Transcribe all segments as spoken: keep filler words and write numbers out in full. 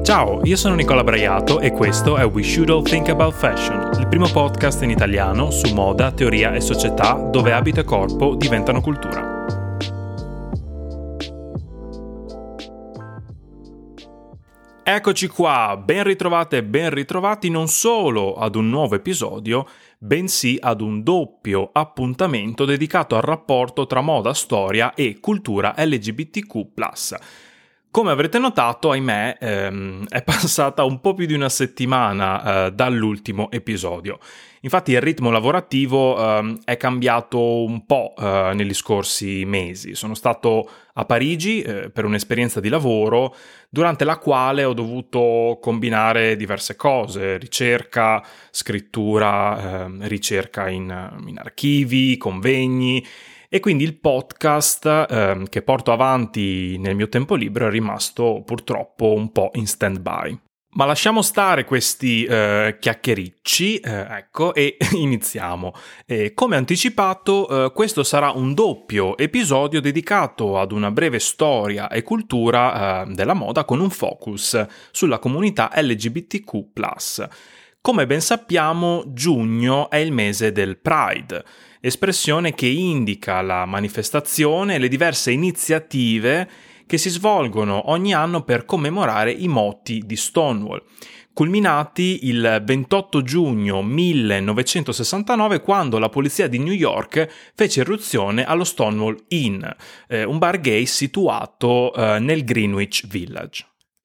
Ciao, io sono Nicola Braiato e questo è We Should All Think About Fashion, il primo podcast in italiano su moda, teoria e società dove abito e corpo diventano cultura. Eccoci qua, ben ritrovate e ben ritrovati non solo ad un nuovo episodio, bensì ad un doppio appuntamento dedicato al rapporto tra moda, storia e cultura L G B T Q plus. Come avrete notato, ahimè, ehm, è passata un po' più di una settimana eh, dall'ultimo episodio. Infatti il ritmo lavorativo ehm, è cambiato un po' eh, negli scorsi mesi. Sono stato a Parigi eh, per un'esperienza di lavoro durante la quale ho dovuto combinare diverse cose: ricerca, scrittura, eh, ricerca in, in archivi, convegni. E quindi il podcast eh, che porto avanti nel mio tempo libero è rimasto purtroppo un po' in stand-by. Ma lasciamo stare questi eh, chiacchiericci, eh, ecco, e iniziamo. E come anticipato, eh, questo sarà un doppio episodio dedicato ad una breve storia e cultura eh, della moda con un focus sulla comunità L G B T Q plus. Come ben sappiamo, giugno è il mese del Pride, espressione che indica la manifestazione e le diverse iniziative che si svolgono ogni anno per commemorare i motti di Stonewall, culminati il ventotto giugno millenovecentosessantanove quando la polizia di New York fece irruzione allo Stonewall Inn, eh, un bar gay situato eh, nel Greenwich Village.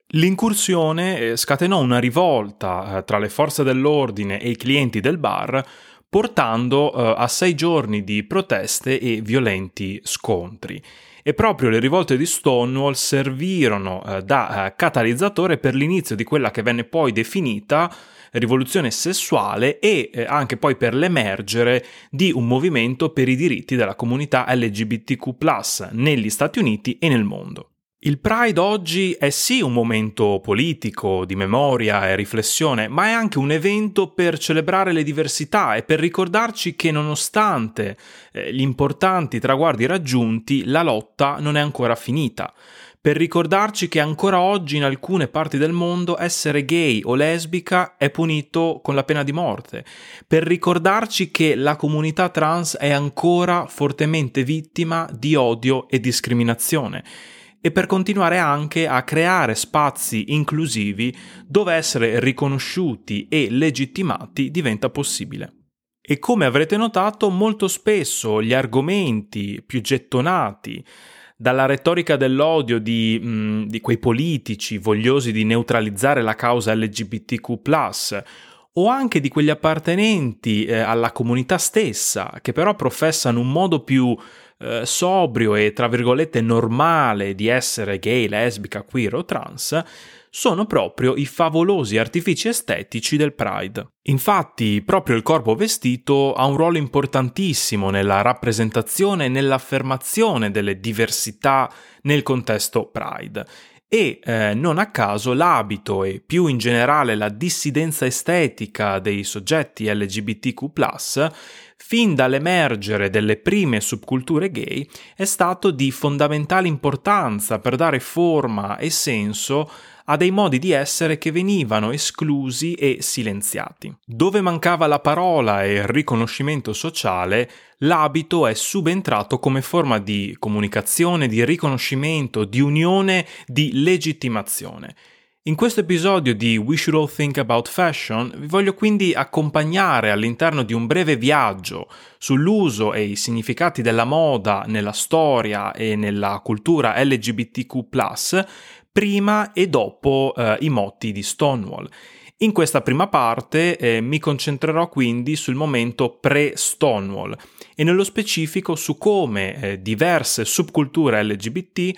L'incursione scatenò una rivolta eh, tra le forze dell'ordine e i clienti del bar, portando eh, a sei giorni di proteste e violenti scontri. E proprio le rivolte di Stonewall servirono eh, da eh, catalizzatore per l'inizio di quella che venne poi definita rivoluzione sessuale e eh, anche poi per l'emergere di un movimento per i diritti della comunità L G B T Q plus negli Stati Uniti e nel mondo. Il Pride oggi è sì un momento politico, di memoria e riflessione, ma è anche un evento per celebrare le diversità e per ricordarci che nonostante eh, gli importanti traguardi raggiunti, la lotta non è ancora finita. Per ricordarci che ancora oggi in alcune parti del mondo essere gay o lesbica è punito con la pena di morte. Per ricordarci che la comunità trans è ancora fortemente vittima di odio e discriminazione. E per continuare anche a creare spazi inclusivi dove essere riconosciuti e legittimati diventa possibile. E come avrete notato, molto spesso gli argomenti più gettonati dalla retorica dell'odio di, mh, di quei politici vogliosi di neutralizzare la causa L G B T Q plus, o anche di quegli appartenenti eh, alla comunità stessa, che però professano un modo più eh, sobrio e tra virgolette normale di essere gay, lesbica, queer o trans, sono proprio i favolosi artifici estetici del Pride. Infatti, proprio il corpo vestito ha un ruolo importantissimo nella rappresentazione e nell'affermazione delle diversità nel contesto Pride. E eh, non a caso l'abito e più in generale la dissidenza estetica dei soggetti L G B T Q plus, fin dall'emergere delle prime subculture gay, è stato di fondamentale importanza per dare forma e senso a dei modi di essere che venivano esclusi e silenziati. Dove mancava la parola e il riconoscimento sociale, l'abito è subentrato come forma di comunicazione, di riconoscimento, di unione, di legittimazione. In questo episodio di We Should All Think About Fashion vi voglio quindi accompagnare all'interno di un breve viaggio sull'uso e i significati della moda nella storia e nella cultura L G B T Q plus, prima e dopo eh, i motti di Stonewall. In questa prima parte eh, mi concentrerò quindi sul momento pre-Stonewall e nello specifico su come eh, diverse subculture L G B T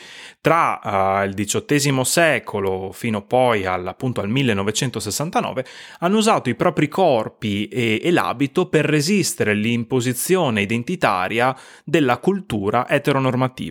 tra eh, il diciottesimo secolo fino poi al, appunto al millenovecentosessantanove hanno usato i propri corpi e, e l'abito per resistere all'imposizione identitaria della cultura eteronormativa.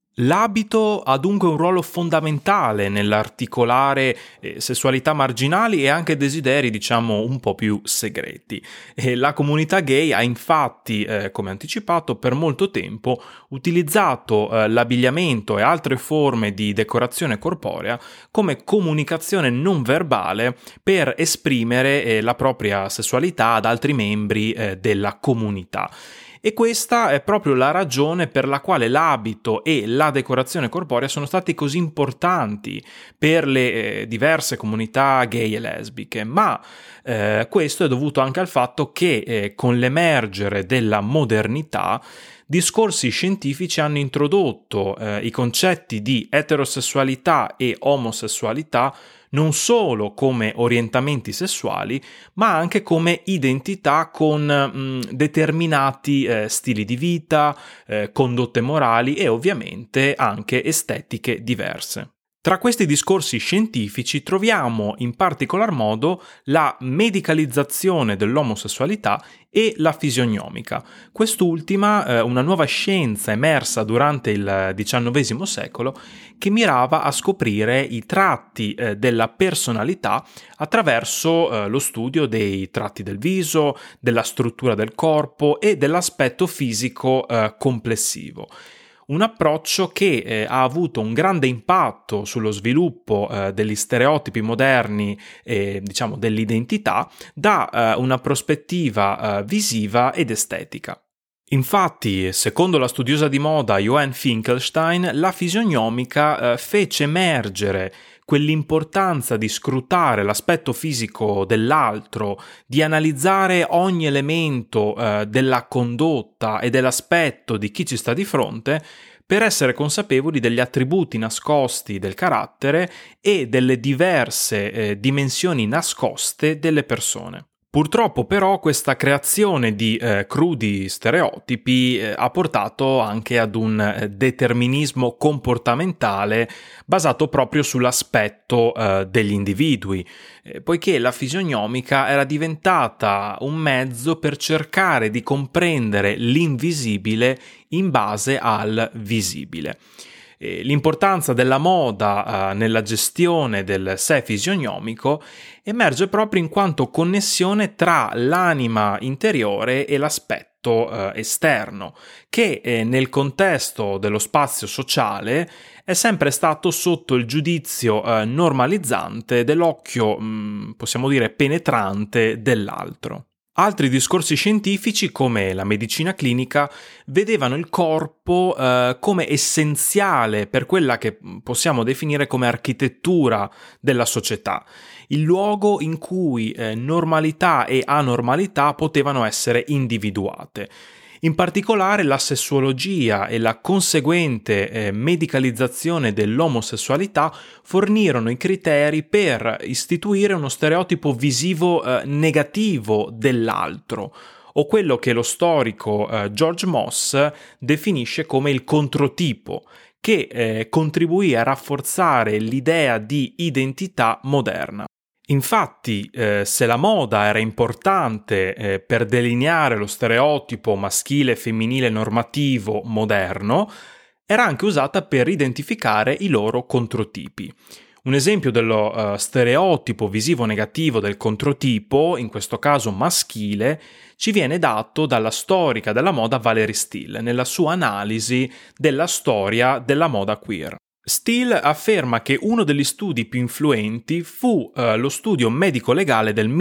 L'abito ha dunque un ruolo fondamentale nell'articolare eh, sessualità marginali e anche desideri, diciamo, un po' più segreti. E la comunità gay ha infatti, eh, come anticipato, per molto tempo utilizzato eh, l'abbigliamento e altre forme di decorazione corporea come comunicazione non verbale per esprimere eh, la propria sessualità ad altri membri eh, della comunità. E questa è proprio la ragione per la quale l'abito e la decorazione corporea sono stati così importanti per le eh, diverse comunità gay e lesbiche, ma eh, questo è dovuto anche al fatto che eh, con l'emergere della modernità discorsi scientifici hanno introdotto eh, i concetti di eterosessualità e omosessualità non solo come orientamenti sessuali, ma anche come identità con mh, determinati eh, stili di vita, eh, condotte morali e ovviamente anche estetiche diverse. Tra questi discorsi scientifici troviamo in particolar modo la medicalizzazione dell'omosessualità e la fisionomica. Quest'ultima, eh, una nuova scienza emersa durante il diciannovesimo secolo che mirava a scoprire i tratti eh, della personalità attraverso eh, lo studio dei tratti del viso, della struttura del corpo e dell'aspetto fisico eh, complessivo. Un approccio che eh, ha avuto un grande impatto sullo sviluppo eh, degli stereotipi moderni e diciamo dell'identità da eh, una prospettiva eh, visiva ed estetica. Infatti, secondo la studiosa di moda Johann Finkelstein, la fisionomica eh, fece emergere quell'importanza di scrutare l'aspetto fisico dell'altro, di analizzare ogni elemento eh, della condotta e dell'aspetto di chi ci sta di fronte per essere consapevoli degli attributi nascosti del carattere e delle diverse eh, dimensioni nascoste delle persone. Purtroppo però questa creazione di eh, crudi stereotipi eh, ha portato anche ad un eh, determinismo comportamentale basato proprio sull'aspetto eh, degli individui, eh, poiché la fisionomica era diventata un mezzo per cercare di comprendere l'invisibile in base al visibile. L'importanza della moda eh, nella gestione del sé fisionomico emerge proprio in quanto connessione tra l'anima interiore e l'aspetto eh, esterno, che eh, nel contesto dello spazio sociale è sempre stato sotto il giudizio eh, normalizzante dell'occhio, mh, possiamo dire, penetrante dell'altro. Altri discorsi scientifici, come la medicina clinica, vedevano il corpo eh, come essenziale per quella che possiamo definire come architettura della società, il luogo in cui eh, normalità e anormalità potevano essere individuate. In particolare la sessuologia e la conseguente eh, medicalizzazione dell'omosessualità fornirono i criteri per istituire uno stereotipo visivo eh, negativo dell'altro, o quello che lo storico eh, George Moss definisce come il controtipo, che eh, contribuì a rafforzare l'idea di identità moderna. Infatti, eh, se la moda era importante eh, per delineare lo stereotipo maschile e femminile normativo moderno, era anche usata per identificare i loro controtipi. Un esempio dello uh, stereotipo visivo negativo del controtipo, in questo caso maschile, ci viene dato dalla storica della moda Valerie Steele nella sua analisi della storia della moda queer. Steele afferma che uno degli studi più influenti fu uh, lo studio medico-legale del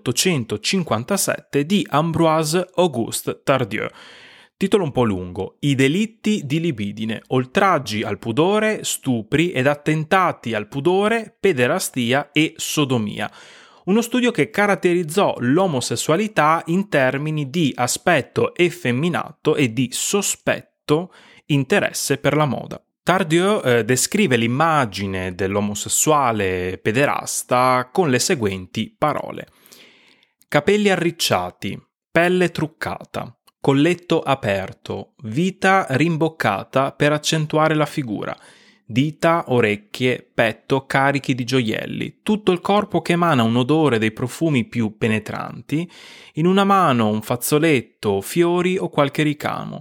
milleottocentocinquantasette di Ambroise Auguste Tardieu. Titolo un po' lungo: I delitti di libidine, oltraggi al pudore, stupri ed attentati al pudore, pederastia e sodomia. Uno studio che caratterizzò l'omosessualità in termini di aspetto effeminato e di sospetto interesse per la moda. Tardieu eh, descrive l'immagine dell'omosessuale pederasta con le seguenti parole: capelli arricciati, pelle truccata, colletto aperto, vita rimboccata per accentuare la figura, dita, orecchie, petto carichi di gioielli, tutto il corpo che emana un odore dei profumi più penetranti, in una mano un fazzoletto, fiori o qualche ricamo,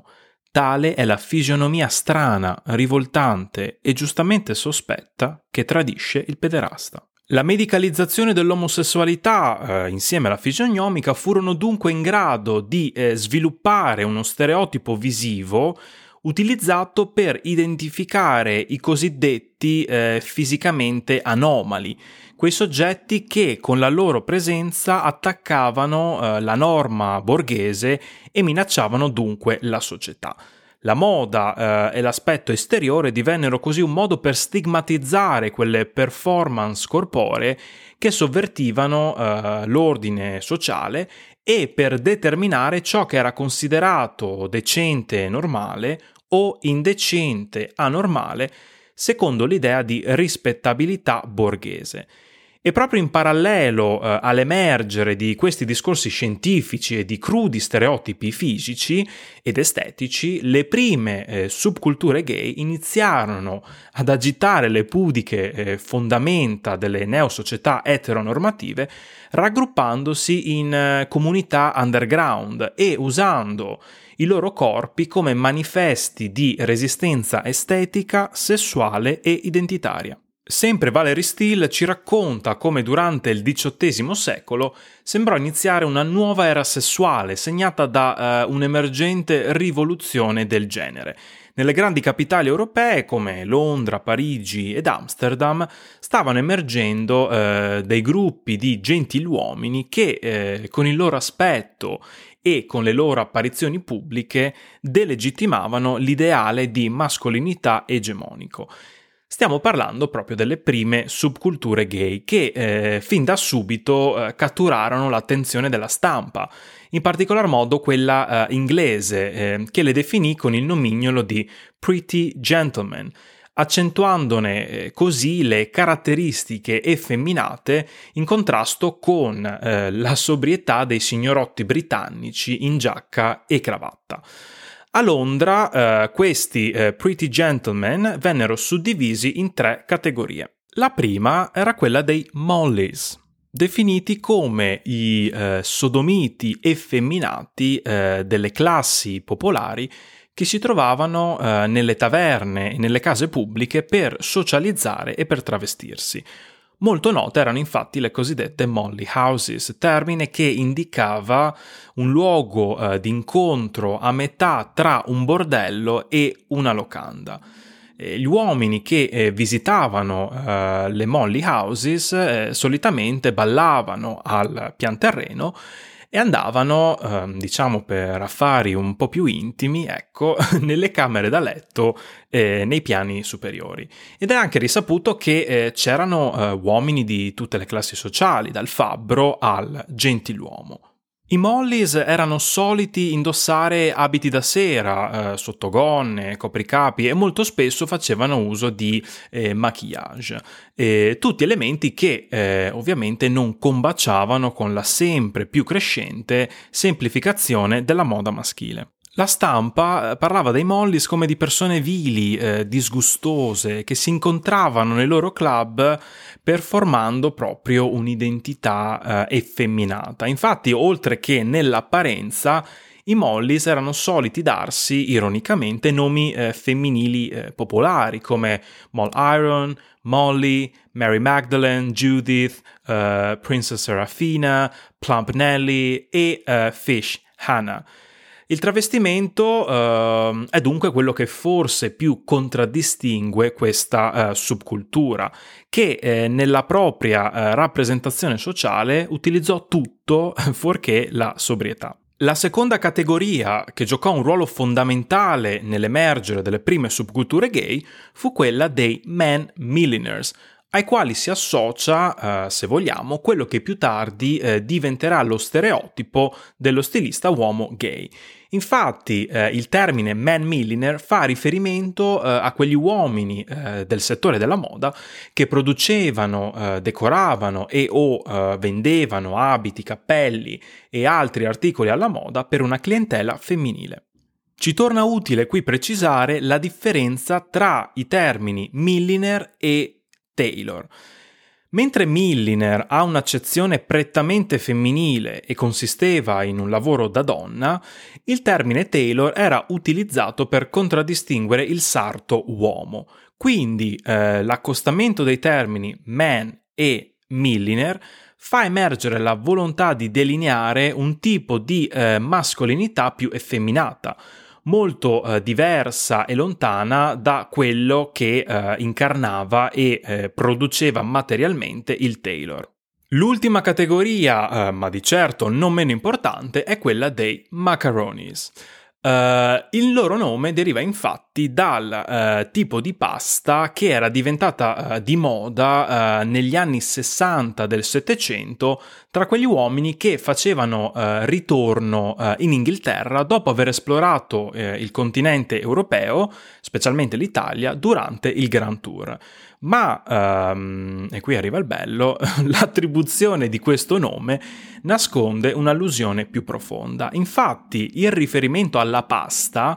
Tale è la fisionomia strana, rivoltante e giustamente sospetta che tradisce il pederasta. La medicalizzazione dell'omosessualità, eh, insieme alla fisiognomica, furono dunque in grado di eh, sviluppare uno stereotipo visivo utilizzato per identificare i cosiddetti eh, fisicamente anomali, quei soggetti che con la loro presenza attaccavano eh, la norma borghese e minacciavano dunque la società. La moda eh, e l'aspetto esteriore divennero così un modo per stigmatizzare quelle performance corporee che sovvertivano eh, l'ordine sociale e per determinare ciò che era considerato decente e normale o indecente anormale secondo l'idea di rispettabilità borghese. E proprio in parallelo eh, all'emergere di questi discorsi scientifici e di crudi stereotipi fisici ed estetici, le prime eh, subculture gay iniziarono ad agitare le pudiche eh, fondamenta delle neosocietà eteronormative, raggruppandosi in eh, comunità underground e usando i loro corpi come manifesti di resistenza estetica, sessuale e identitaria. Sempre Valerie Steele ci racconta come durante il diciottesimo secolo sembrò iniziare una nuova era sessuale segnata da uh, un'emergente rivoluzione del genere. Nelle grandi capitali europee come Londra, Parigi ed Amsterdam stavano emergendo uh, dei gruppi di gentiluomini che uh, con il loro aspetto e con le loro apparizioni pubbliche delegittimavano l'ideale di mascolinità egemonico. Stiamo parlando proprio delle prime subculture gay che eh, fin da subito eh, catturarono l'attenzione della stampa, in particolar modo quella eh, inglese, eh, che le definì con il nomignolo di Pretty Gentlemen, accentuandone eh, così le caratteristiche effeminate in contrasto con eh, la sobrietà dei signorotti britannici in giacca e cravatta. A Londra eh, questi eh, Pretty Gentlemen vennero suddivisi in tre categorie. La prima era quella dei Mollies, definiti come i eh, sodomiti effeminati eh, delle classi popolari che si trovavano eh, nelle taverne e nelle case pubbliche per socializzare e per travestirsi. Molto note erano infatti le cosiddette Molly Houses, termine che indicava un luogo eh, di incontro a metà tra un bordello e una locanda. Eh, gli uomini che eh, visitavano eh, le Molly Houses eh, solitamente ballavano al pian terreno e andavano, eh, diciamo per affari un po' più intimi, ecco, nelle camere da letto eh, nei piani superiori. Ed è anche risaputo che eh, c'erano eh, uomini di tutte le classi sociali, dal fabbro al gentiluomo. I Mollies erano soliti indossare abiti da sera, eh, sottogonne, copricapi e molto spesso facevano uso di eh, maquillage, eh, tutti elementi che eh, ovviamente non combaciavano con la sempre più crescente semplificazione della moda maschile. La stampa parlava dei Mollies come di persone vili, eh, disgustose, che si incontravano nei loro club performando proprio un'identità eh, effeminata. Infatti, oltre che nell'apparenza, i Mollies erano soliti darsi, ironicamente, nomi eh, femminili eh, popolari come Moll Iron, Molly, Mary Magdalene, Judith, eh, Princess Serafina, Plump Nelly e eh, Fish Hannah. Il travestimento eh, è dunque quello che forse più contraddistingue questa eh, subcultura, che eh, nella propria eh, rappresentazione sociale utilizzò tutto fuorché la sobrietà. La seconda categoria che giocò un ruolo fondamentale nell'emergere delle prime subculture gay fu quella dei man milliners, ai quali si associa, eh, se vogliamo, quello che più tardi eh, diventerà lo stereotipo dello stilista uomo gay. Infatti eh, il termine man milliner fa riferimento eh, a quegli uomini eh, del settore della moda che producevano, eh, decoravano e o eh, vendevano abiti, cappelli e altri articoli alla moda per una clientela femminile. Ci torna utile qui precisare la differenza tra i termini milliner e tailor. Mentre milliner ha un'accezione prettamente femminile e consisteva in un lavoro da donna, il termine tailor era utilizzato per contraddistinguere il sarto uomo. Quindi eh, l'accostamento dei termini man e milliner fa emergere la volontà di delineare un tipo di eh, mascolinità più effeminata, molto eh, diversa e lontana da quello che eh, incarnava e eh, produceva materialmente il tailor. L'ultima categoria, eh, ma di certo non meno importante, è quella dei macaronis. Uh, il loro nome deriva infatti dal uh, tipo di pasta che era diventata uh, di moda uh, negli anni sessanta del Settecento tra quegli uomini che facevano uh, ritorno uh, in Inghilterra dopo aver esplorato uh, il continente europeo, specialmente l'Italia, durante il Grand Tour. Ma, um, e qui arriva il bello, l'attribuzione di questo nome nasconde un'allusione più profonda. Infatti, il riferimento alla pasta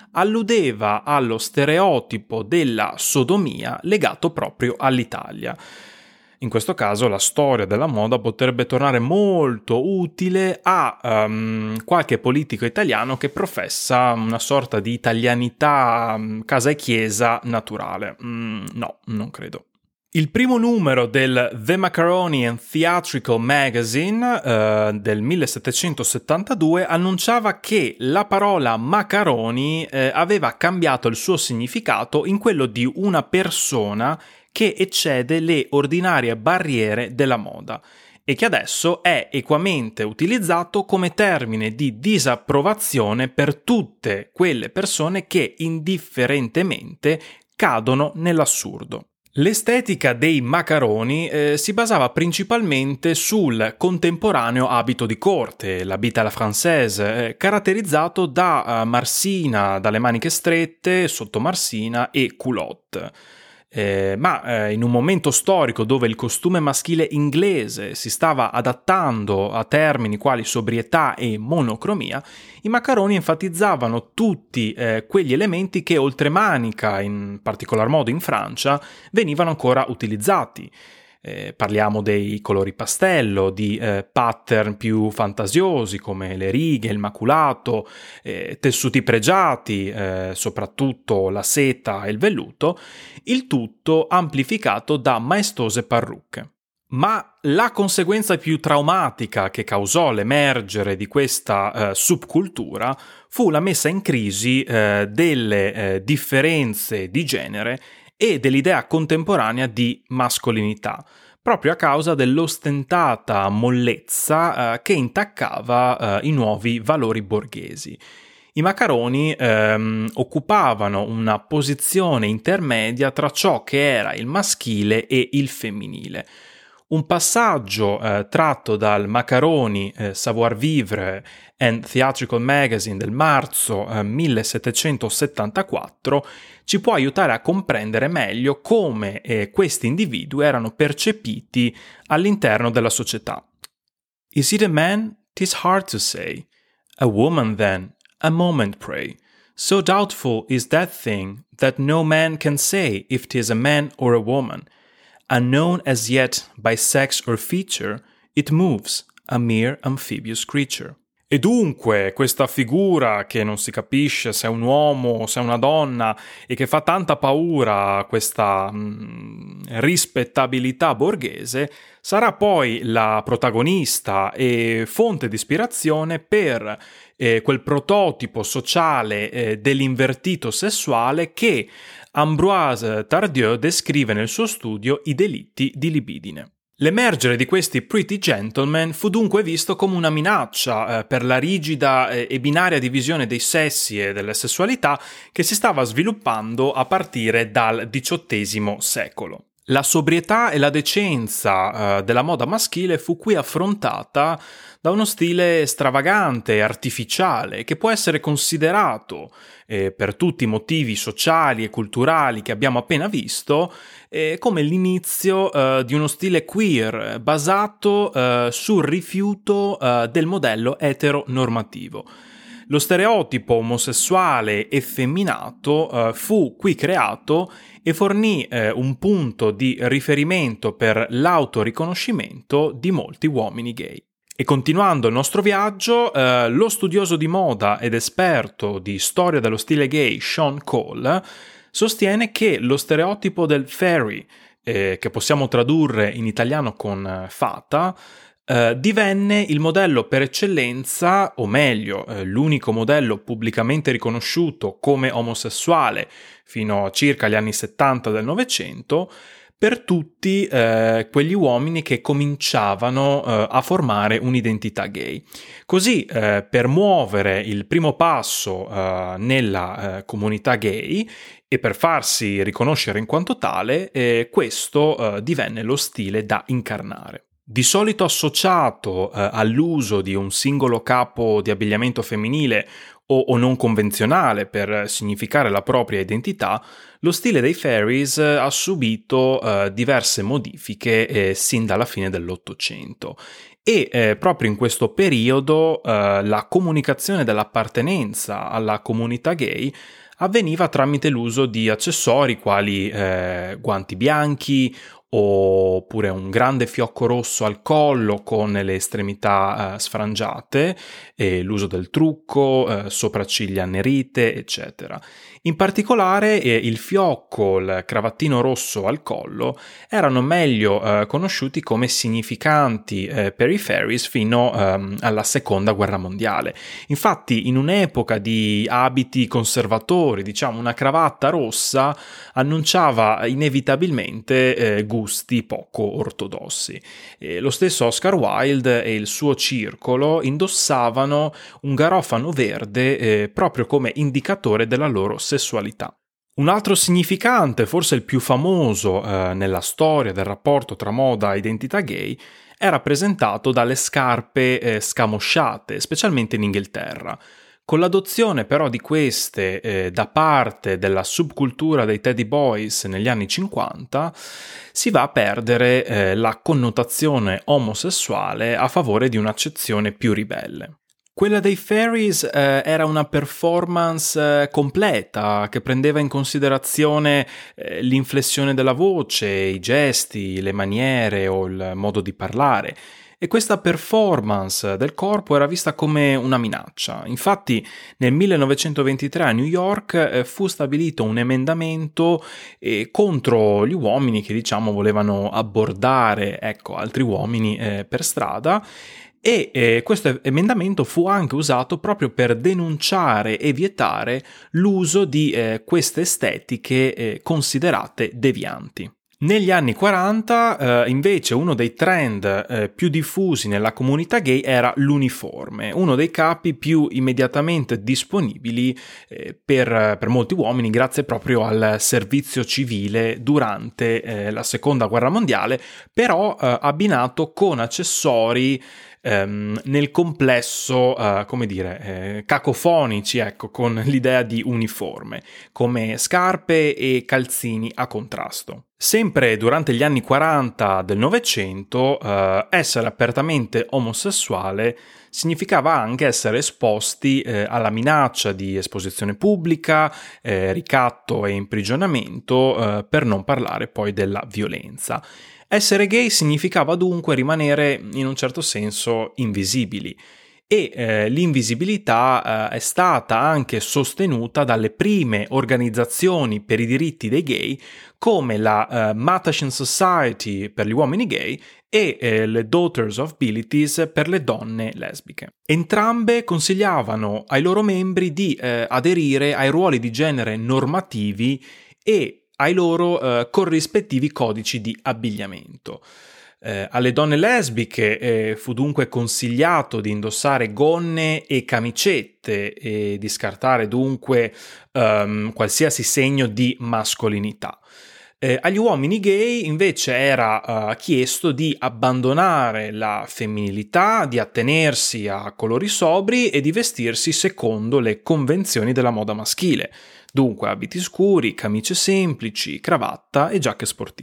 alludeva allo stereotipo della sodomia legato proprio all'Italia. In questo caso la storia della moda potrebbe tornare molto utile a um, qualche politico italiano che professa una sorta di italianità um, casa e chiesa naturale. Mm, no, non credo. Il primo numero del The Macaroni and Theatrical Magazine uh, del millesettecentosettantadue annunciava che la parola macaroni uh, aveva cambiato il suo significato in quello di una persona che eccede le ordinarie barriere della moda e che adesso è equamente utilizzato come termine di disapprovazione per tutte quelle persone che indifferentemente cadono nell'assurdo. L'estetica dei macaroni eh, si basava principalmente sul contemporaneo abito di corte, l'habit à la française, eh, caratterizzato da uh, marsina dalle maniche strette, sottomarsina e culotte. Eh, ma eh, in un momento storico dove il costume maschile inglese si stava adattando a termini quali sobrietà e monocromia, i macaroni enfatizzavano tutti eh, quegli elementi che oltremanica, in particolar modo in Francia, venivano ancora utilizzati. Eh, parliamo dei colori pastello, di eh, pattern più fantasiosi come le righe, il maculato, eh, tessuti pregiati, eh, soprattutto la seta e il velluto, il tutto amplificato da maestose parrucche. Ma la conseguenza più traumatica che causò l'emergere di questa eh, subcultura fu la messa in crisi eh, delle eh, differenze di genere e dell'idea contemporanea di mascolinità, proprio a causa dell'ostentata mollezza eh, che intaccava eh, i nuovi valori borghesi. I macaroni ehm, occupavano una posizione intermedia tra ciò che era il maschile e il femminile. Un passaggio eh, tratto dal Macaroni eh, Savoir-Vivre and Theatrical Magazine del marzo eh, millesettecentosettantaquattro ci può aiutare a comprendere meglio come eh, questi individui erano percepiti all'interno della società. Is it a man? 'Tis hard to say. A woman then? A moment pray. So doubtful is that thing that no man can say if 'tis a man or a woman. Unknown as yet by sex or feature, it moves, a mere amphibious creature. E dunque questa figura che non si capisce se è un uomo o se è una donna e che fa tanta paura a questa mh, rispettabilità borghese sarà poi la protagonista e fonte di ispirazione per eh, quel prototipo sociale eh, dell'invertito sessuale che Ambroise Tardieu descrive nel suo studio I delitti di libidine. L'emergere di questi pretty gentlemen fu dunque visto come una minaccia eh, per la rigida eh, e binaria divisione dei sessi e delle sessualità che si stava sviluppando a partire dal diciottesimo secolo. La sobrietà e la decenza eh, della moda maschile fu qui affrontata da uno stile stravagante e artificiale che può essere considerato, eh, per tutti i motivi sociali e culturali che abbiamo appena visto, eh, come l'inizio eh, di uno stile queer basato eh, sul rifiuto eh, del modello eteronormativo. Lo stereotipo omosessuale effeminato eh, fu qui creato e fornì eh, un punto di riferimento per l'autoriconoscimento di molti uomini gay. E continuando il nostro viaggio, eh, lo studioso di moda ed esperto di storia dello stile gay Sean Cole sostiene che lo stereotipo del fairy, eh, che possiamo tradurre in italiano con eh, fata, Uh, divenne il modello per eccellenza, o meglio, uh, l'unico modello pubblicamente riconosciuto come omosessuale fino a circa gli anni settanta del Novecento, per tutti uh, quegli uomini che cominciavano uh, a formare un'identità gay. Così, uh, per muovere il primo passo uh, nella uh, comunità gay e per farsi riconoscere in quanto tale, eh, questo uh, divenne lo stile da incarnare. Di solito associato eh, all'uso di un singolo capo di abbigliamento femminile o, o non convenzionale per significare la propria identità, lo stile dei fairies ha subito eh, diverse modifiche eh, sin dalla fine dell'Ottocento. E eh, proprio in questo periodo eh, la comunicazione dell'appartenenza alla comunità gay avveniva tramite l'uso di accessori quali eh, guanti bianchi oppure un grande fiocco rosso al collo con le estremità eh, sfrangiate, e l'uso del trucco, eh, sopracciglia annerite, eccetera. In particolare eh, il fiocco, il cravattino rosso al collo erano meglio eh, conosciuti come significanti eh, per i fairies fino ehm, alla seconda guerra mondiale. Infatti, in un'epoca di abiti conservatori, diciamo una cravatta rossa annunciava inevitabilmente eh, gusti poco ortodossi. E lo stesso Oscar Wilde e il suo circolo indossavano un garofano verde eh, proprio come indicatore della loro sessualità. Un altro significante, forse il più famoso eh, nella storia del rapporto tra moda e identità gay, è rappresentato dalle scarpe eh, scamosciate, specialmente in Inghilterra. Con l'adozione però di queste eh, da parte della subcultura dei Teddy Boys negli anni cinquanta, si va a perdere eh, la connotazione omosessuale a favore di un'accezione più ribelle. Quella dei fairies eh, era una performance eh, completa che prendeva in considerazione eh, l'inflessione della voce, i gesti, le maniere o il modo di parlare. E questa performance del corpo era vista come una minaccia. Infatti nel millenovecentoventitré a New York eh, fu stabilito un emendamento eh, contro gli uomini che diciamo volevano abbordare ecco, altri uomini eh, per strada, e eh, questo emendamento fu anche usato proprio per denunciare e vietare l'uso di eh, queste estetiche eh, considerate devianti. Negli anni quaranta, eh, invece, uno dei trend eh, più diffusi nella comunità gay era l'uniforme, uno dei capi più immediatamente disponibili eh, per, per molti uomini grazie proprio al servizio civile durante eh, la Seconda Guerra Mondiale, però eh, abbinato con accessori ehm, nel complesso, eh, come dire, eh, cacofonici, ecco, con l'idea di uniforme, come scarpe e calzini a contrasto. Sempre durante gli anni quaranta del Novecento, eh, essere apertamente omosessuale significava anche essere esposti eh, alla minaccia di esposizione pubblica, eh, ricatto e imprigionamento, eh, per non parlare poi della violenza. Essere gay significava dunque rimanere in un certo senso invisibili. E eh, l'invisibilità eh, è stata anche sostenuta dalle prime organizzazioni per i diritti dei gay come la eh, Mattachine Society per gli uomini gay e eh, le Daughters of Bilitis per le donne lesbiche. Entrambe consigliavano ai loro membri di eh, aderire ai ruoli di genere normativi e ai loro eh, corrispettivi codici di abbigliamento. Eh, alle donne lesbiche eh, fu dunque consigliato di indossare gonne e camicette e di scartare dunque um, qualsiasi segno di mascolinità. Eh, agli uomini gay invece era uh, chiesto di abbandonare la femminilità, di attenersi a colori sobri e di vestirsi secondo le convenzioni della moda maschile, dunque abiti scuri, camicie semplici, cravatta e giacche sportive.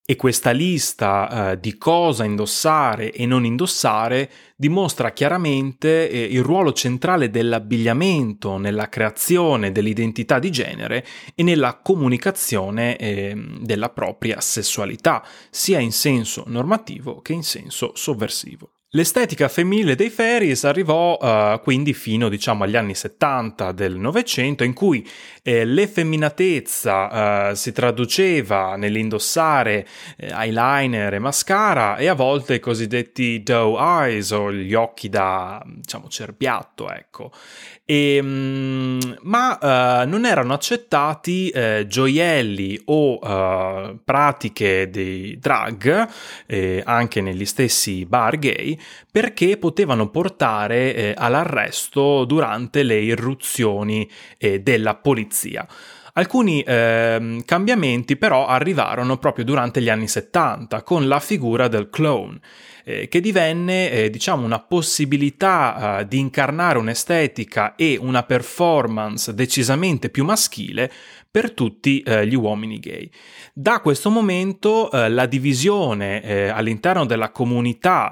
E questa lista eh, di cosa indossare e non indossare dimostra chiaramente eh, il ruolo centrale dell'abbigliamento nella creazione dell'identità di genere e nella comunicazione eh, della propria sessualità, sia in senso normativo che in senso sovversivo. L'estetica femminile dei fairies arrivò uh, quindi fino, diciamo, agli anni settanta del Novecento, in cui eh, l'effeminatezza uh, si traduceva nell'indossare eh, eyeliner e mascara e a volte i cosiddetti doe eyes, o gli occhi da, diciamo, cerbiatto, ecco. E, um, ma uh, non erano accettati uh, gioielli o uh, pratiche di drag, eh, anche negli stessi bar gay, perché potevano portare eh, all'arresto durante le irruzioni eh, della polizia. Alcuni eh, cambiamenti però arrivarono proprio durante gli anni settanta con la figura del clown, eh, che divenne eh, diciamo una possibilità eh, di incarnare un'estetica e una performance decisamente più maschile per tutti eh, gli uomini gay. Da questo momento eh, la divisione eh, all'interno della comunità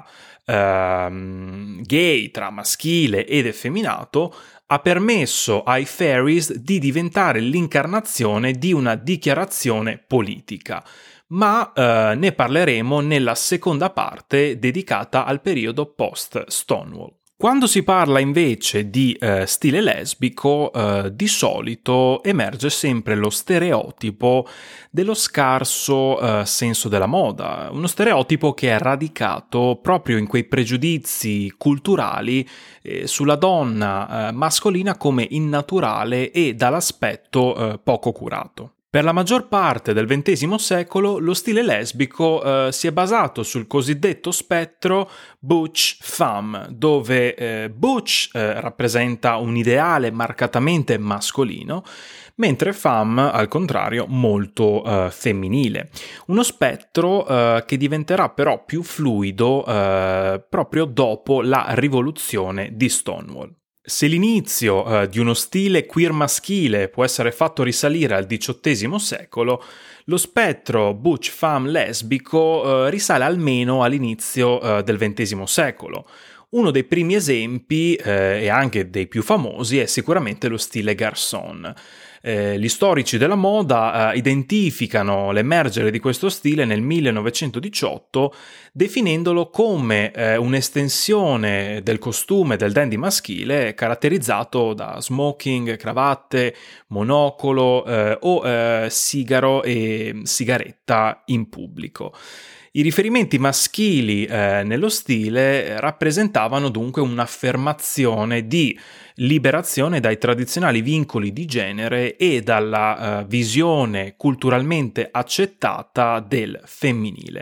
Uh, gay tra maschile ed effeminato ha permesso ai fairies di diventare l'incarnazione di una dichiarazione politica, ma uh, ne parleremo nella seconda parte dedicata al periodo post-Stonewall. Quando si parla invece di eh, stile lesbico, eh, di solito emerge sempre lo stereotipo dello scarso eh, senso della moda, uno stereotipo che è radicato proprio in quei pregiudizi culturali eh, sulla donna eh, mascolina come innaturale e dall'aspetto eh, poco curato. Per la maggior parte del ventesimo secolo lo stile lesbico eh, si è basato sul cosiddetto spettro butch-femme, dove eh, butch eh, rappresenta un ideale marcatamente mascolino, mentre femme, al contrario, molto eh, femminile. Uno spettro eh, che diventerà però più fluido eh, proprio dopo la rivoluzione di Stonewall. Se l'inizio eh, di uno stile queer maschile può essere fatto risalire al diciottesimo secolo, lo spettro butch femme lesbico eh, risale almeno all'inizio eh, del ventesimo secolo. Uno dei primi esempi, eh, e anche dei più famosi, è sicuramente lo stile garçon. Eh, gli storici della moda eh, identificano l'emergere di questo stile nel millenovecentodiciotto definendolo come eh, un'estensione del costume del dandy maschile caratterizzato da smoking, cravatte, monocolo eh, o eh, sigaro e sigaretta in pubblico. I riferimenti maschili eh, nello stile rappresentavano dunque un'affermazione di liberazione dai tradizionali vincoli di genere e dalla uh, visione culturalmente accettata del femminile.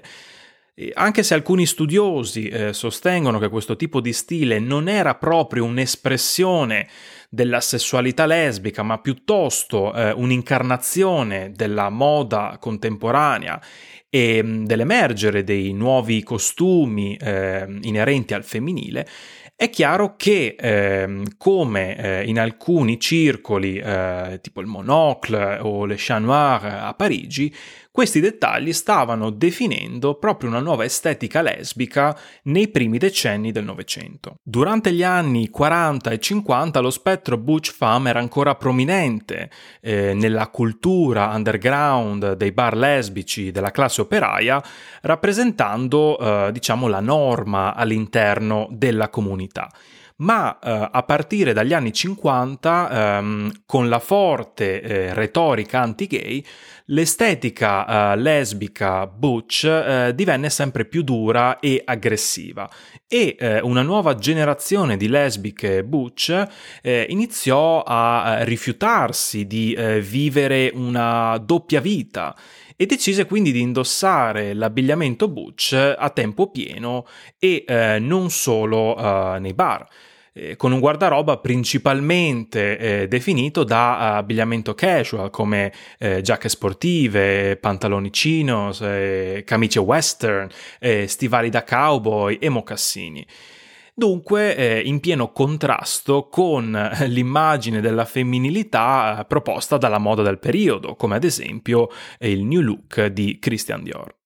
E anche se alcuni studiosi eh, sostengono che questo tipo di stile non era proprio un'espressione della sessualità lesbica, ma piuttosto eh, un'incarnazione della moda contemporanea e dell'emergere dei nuovi costumi eh, inerenti al femminile, è chiaro che, eh, come eh, in alcuni circoli, eh, tipo il Monocle o le Chat Noir a Parigi, questi dettagli stavano definendo proprio una nuova estetica lesbica nei primi decenni del Novecento. Durante gli anni quaranta e cinquanta lo spettro butch femme era ancora prominente eh, nella cultura underground dei bar lesbici della classe operaia, rappresentando eh, diciamo la norma all'interno della comunità. Ma eh, a partire dagli anni cinquanta, ehm, con la forte eh, retorica anti-gay, l'estetica eh, lesbica butch eh, divenne sempre più dura e aggressiva e eh, una nuova generazione di lesbiche butch eh, iniziò a rifiutarsi di eh, vivere una doppia vita e decise quindi di indossare l'abbigliamento butch a tempo pieno e eh, non solo eh, nei bar, eh, con un guardaroba principalmente eh, definito da uh, abbigliamento casual come eh, giacche sportive, pantaloni chinos, eh, camicie western, eh, stivali da cowboy e mocassini. Dunque eh, in pieno contrasto con l'immagine della femminilità eh, proposta dalla moda del periodo, come ad esempio eh, il New Look di Christian Dior.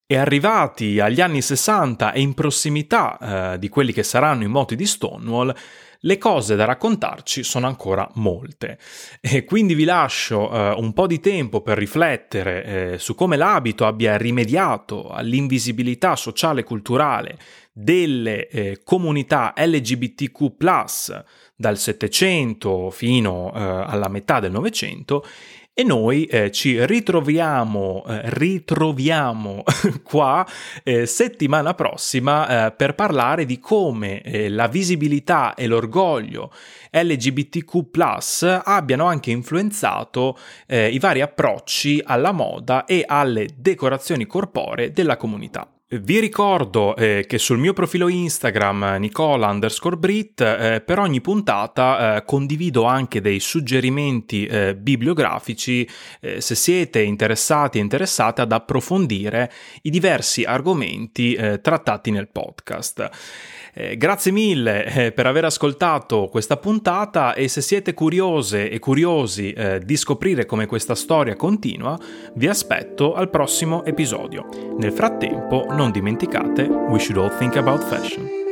E arrivati agli anni sessanta e in prossimità eh, di quelli che saranno i moti di Stonewall, le cose da raccontarci sono ancora molte. E quindi vi lascio eh, un po' di tempo per riflettere eh, su come l'abito abbia rimediato all'invisibilità sociale e culturale delle eh, comunità L G B T Q plus, dal Settecento fino eh, alla metà del Novecento. E noi eh, ci ritroviamo, eh, ritroviamo qua eh, settimana prossima eh, per parlare di come eh, la visibilità e l'orgoglio L G B T Q plus abbiano anche influenzato eh, i vari approcci alla moda e alle decorazioni corporee della comunità. Vi ricordo eh, che sul mio profilo Instagram Nicola underscore Brit eh, per ogni puntata eh, condivido anche dei suggerimenti eh, bibliografici eh, se siete interessati e interessate ad approfondire i diversi argomenti eh, trattati nel podcast. Eh, grazie mille eh, per aver ascoltato questa puntata e se siete curiose e curiosi eh, di scoprire come questa storia continua, vi aspetto al prossimo episodio. Nel frattempo, non dimenticate, we should all think about fashion.